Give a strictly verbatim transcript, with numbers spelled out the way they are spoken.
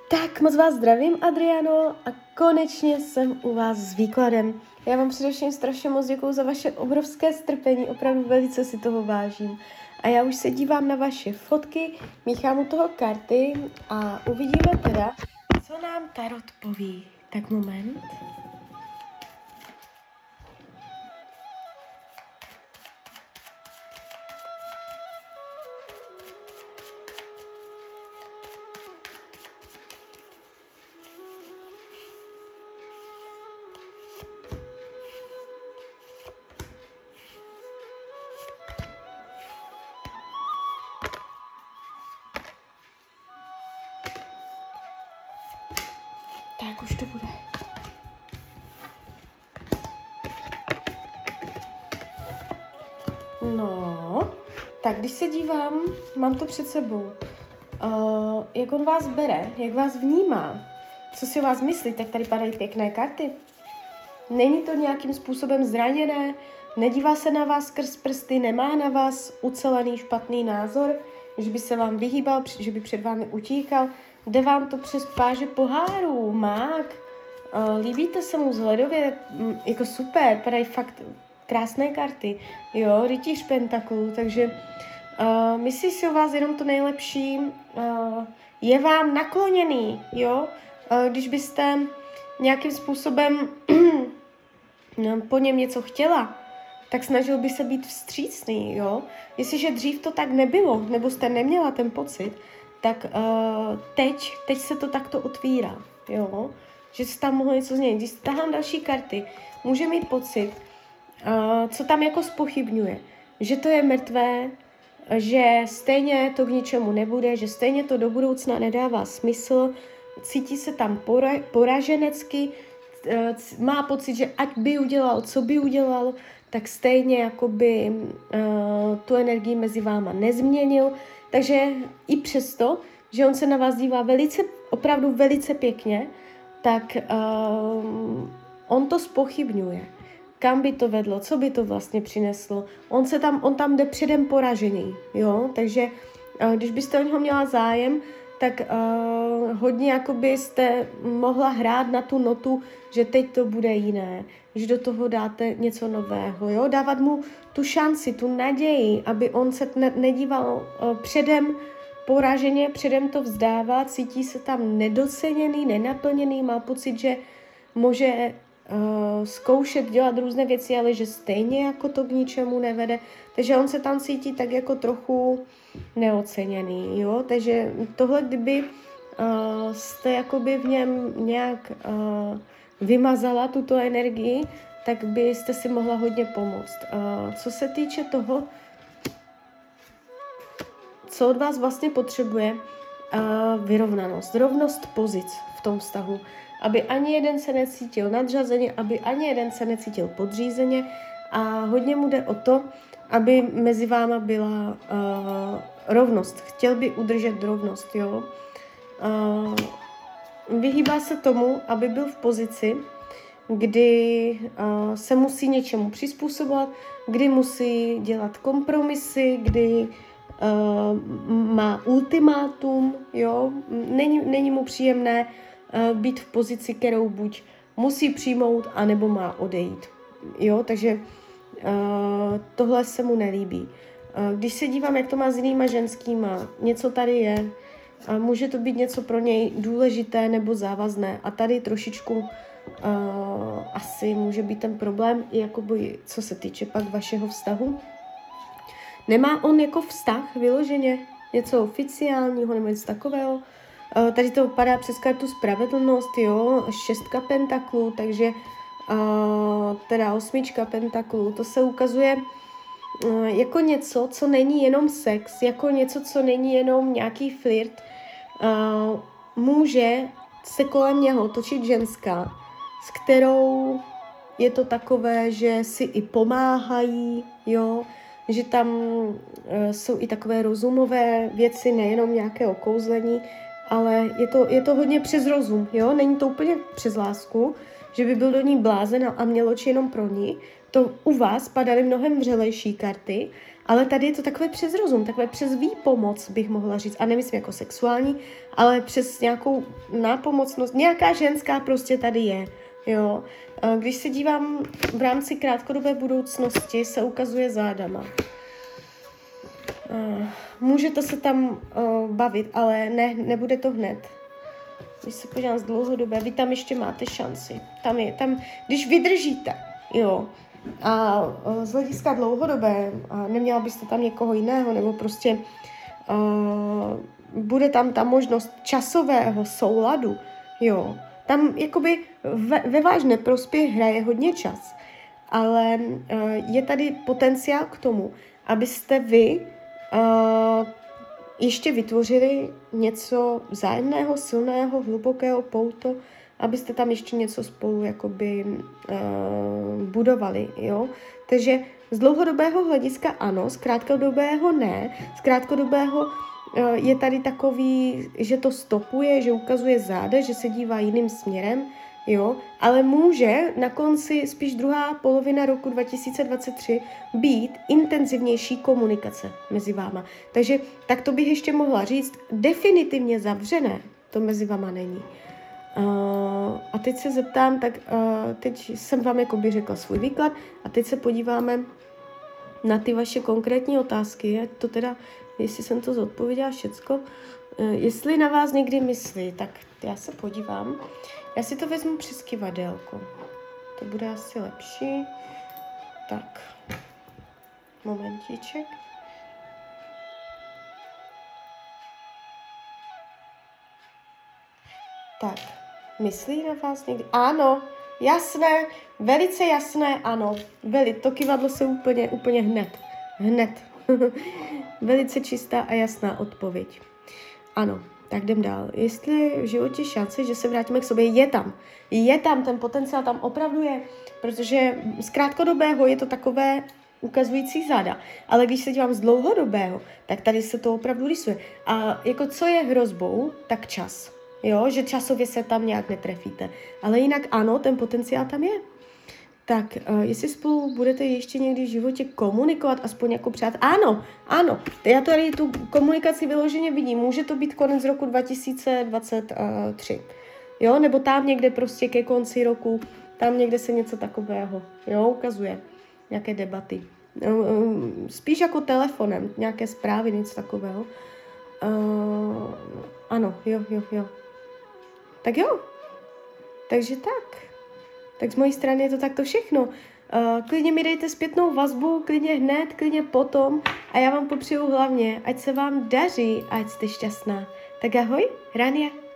Tak moc vás zdravím, Adriano, a konečně jsem u vás s výkladem. Já vám především strašně moc děkuju za vaše obrovské strpení, opravdu velice si toho vážím. A já už se dívám na vaše fotky, míchám u toho karty a uvidíme teda, co nám tarot poví. Tak moment. Tak už to bude. No, tak když se dívám, mám to před sebou, uh, jak on vás bere, jak vás vnímá, co si o vás myslí, tak tady padají pěkné karty. Není to nějakým způsobem zraněné, nedívá se na vás skrz prsty, nemá na vás ucelený špatný názor, že by se vám vyhýbal, že by před vámi utíkal. Jde vám to přes páže pohárů, mák, uh, líbíte se mu vzhledově, m, jako super, padají fakt krásné karty, jo, rytíř pentaklů, takže uh, myslí si o vás jenom to nejlepší, uh, je vám nakloněný, jo, uh, když byste nějakým způsobem po něm něco chtěla, tak snažil by se být vstřícný, jo. Jestliže dřív to tak nebylo, nebo jste neměla ten pocit, tak uh, teď, teď se to takto otvírá, jo. Že se tam mohlo něco změnit. Když tahám další karty, může mít pocit, uh, co tam jako zpochybňuje, že to je mrtvé, že stejně to k ničemu nebude, že stejně to do budoucna nedává smysl, cítí se tam pora- poraženecky, má pocit, že ať by udělal, co by udělal, tak stejně jakoby uh, tu energii mezi váma nezměnil. Takže i přesto, že on se na vás dívá velice, opravdu velice pěkně, tak uh, on to zpochybňuje. Kam by to vedlo, co by to vlastně přineslo. On se tam, on tam jde předem poražený, jo, takže uh, když byste o něho měla zájem, tak uh, hodně jakoby jste mohla hrát na tu notu, že teď to bude jiné, že do toho dáte něco nového, jo, dávat mu tu šanci, tu naději, aby on se ne- nedíval uh, předem poraženě, předem to vzdává, cítí se tam nedoceněný, nenaplněný, má pocit, že může uh, zkoušet dělat různé věci, ale že stejně jako to k ničemu nevede, takže on se tam cítí tak jako trochu neoceněný, jo, takže tohle, kdyby uh, jste jakoby v něm nějak uh, vymazala tuto energii, tak byste si mohla hodně pomoct. Uh, co se týče toho, co od vás vlastně potřebuje, uh, vyrovnanost, rovnost pozic v tom vztahu, aby ani jeden se necítil nadřazeně, aby ani jeden se necítil podřízeně a hodně mu jde o to, aby mezi váma byla uh, rovnost. Chtěl by udržet rovnost, jo. Uh, vyhýbá se tomu, aby byl v pozici, kdy uh, se musí něčemu přizpůsobovat, kdy musí dělat kompromisy, kdy uh, má ultimátum, jo. Není, není mu příjemné uh, být v pozici, kterou buď musí přijmout, anebo má odejít, jo. Takže Uh, tohle se mu nelíbí. Uh, když se dívám, jak to má s jinýma ženskýma, něco tady je, uh, může to být něco pro něj důležité nebo závazné a tady trošičku uh, asi může být ten problém, jakoby, co se týče pak vašeho vztahu. Nemá on jako vztah vyloženě něco oficiálního nebo něco takového. Uh, tady to padá přes kartu spravedlnost, jo, šestka pentaklů, takže Uh, teda osmička pentaklů, to se ukazuje uh, jako něco, co není jenom sex, jako něco, co není jenom nějaký flirt. Uh, může se kolem něho točit ženská, s kterou je to takové, že si i pomáhají, jo, že tam uh, jsou i takové rozumové věci, nejenom nějaké okouzlení, ale je to, je to hodně přes rozum, jo, není to úplně přes lásku, že by byl do ní blázen a měl oči jenom pro ní. To u vás padaly mnohem vřelejší karty, ale tady je to takové přes rozum, takové přes výpomoc, bych mohla říct. A nemyslím jako sexuální, ale přes nějakou nápomocnost. Nějaká ženská prostě tady je. Jo. Když se dívám v rámci krátkodobé budoucnosti, se ukazuje zádama. Můžete se tam bavit, ale ne, nebude to hned. Když se podívám z dlouhodobé, vy tam ještě máte šanci. Tam je, tam, když vydržíte, jo, a z hlediska dlouhodobé, a neměla byste tam někoho jiného, nebo prostě uh, bude tam ta možnost časového souladu, jo, tam jakoby ve, ve váš neprospěch hraje hodně čas, ale uh, je tady potenciál k tomu, abyste vy uh, ještě vytvořili něco vzájemného, silného, hlubokého pouto, abyste tam ještě něco spolu jakoby uh, budovali, jo. Takže z dlouhodobého hlediska ano, z krátkodobého ne. Z krátkodobého uh, je tady takový, že to stopuje, že ukazuje záda, že se dívá jiným směrem, jo, ale může na konci spíš druhá polovina roku dva tisíce dvacet tři být intenzivnější komunikace mezi váma. Takže tak to bych ještě mohla říct, definitivně zavřené to mezi váma není. Uh, a teď se zeptám, tak uh, teď jsem vám jakoby řekla svůj výklad a teď se podíváme na ty vaše konkrétní otázky, ať to teda, jestli jsem to zodpověděla všecko. Uh, jestli na vás někdy myslí, tak já se podívám. Já si to vezmu přes kivadélko. To bude asi lepší. Tak, momentíček. Tak, myslí na vás někdy? Ano, jasné, velice jasné, ano. Veli, to kivadlo se úplně, úplně hned. Hned. Velice čistá a jasná odpověď. Ano, tak jdem dál. Jestli je v životě šance, že se vrátíme k sobě, je tam. Je tam, ten potenciál tam opravdu je, protože z krátkodobého je to takové ukazující záda. Ale když se dívám z dlouhodobého, tak tady se to opravdu rysuje. A jako co je hrozbou, tak čas. Jo, že časově se tam nějak netrefíte. Ale jinak ano, ten potenciál tam je. Tak, uh, jestli spolu budete ještě někdy v životě komunikovat, aspoň jako přát, ano, ano, já tady tu komunikaci vyloženě vidím, může to být konec roku dva tisíce dvacet tři, jo, nebo tam někde prostě ke konci roku, tam někde se něco takového, jo, ukazuje, nějaké debaty, spíš jako telefonem, nějaké zprávy, něco takového, uh, ano, jo, jo, jo, tak jo, takže tak. Tak z mojí strany je to takto všechno. Uh, klidně mi dejte zpětnou vazbu, klidně hned, klidně potom a já vám popřeju hlavně, ať se vám daří, ať jste šťastná. Tak ahoj, Rania.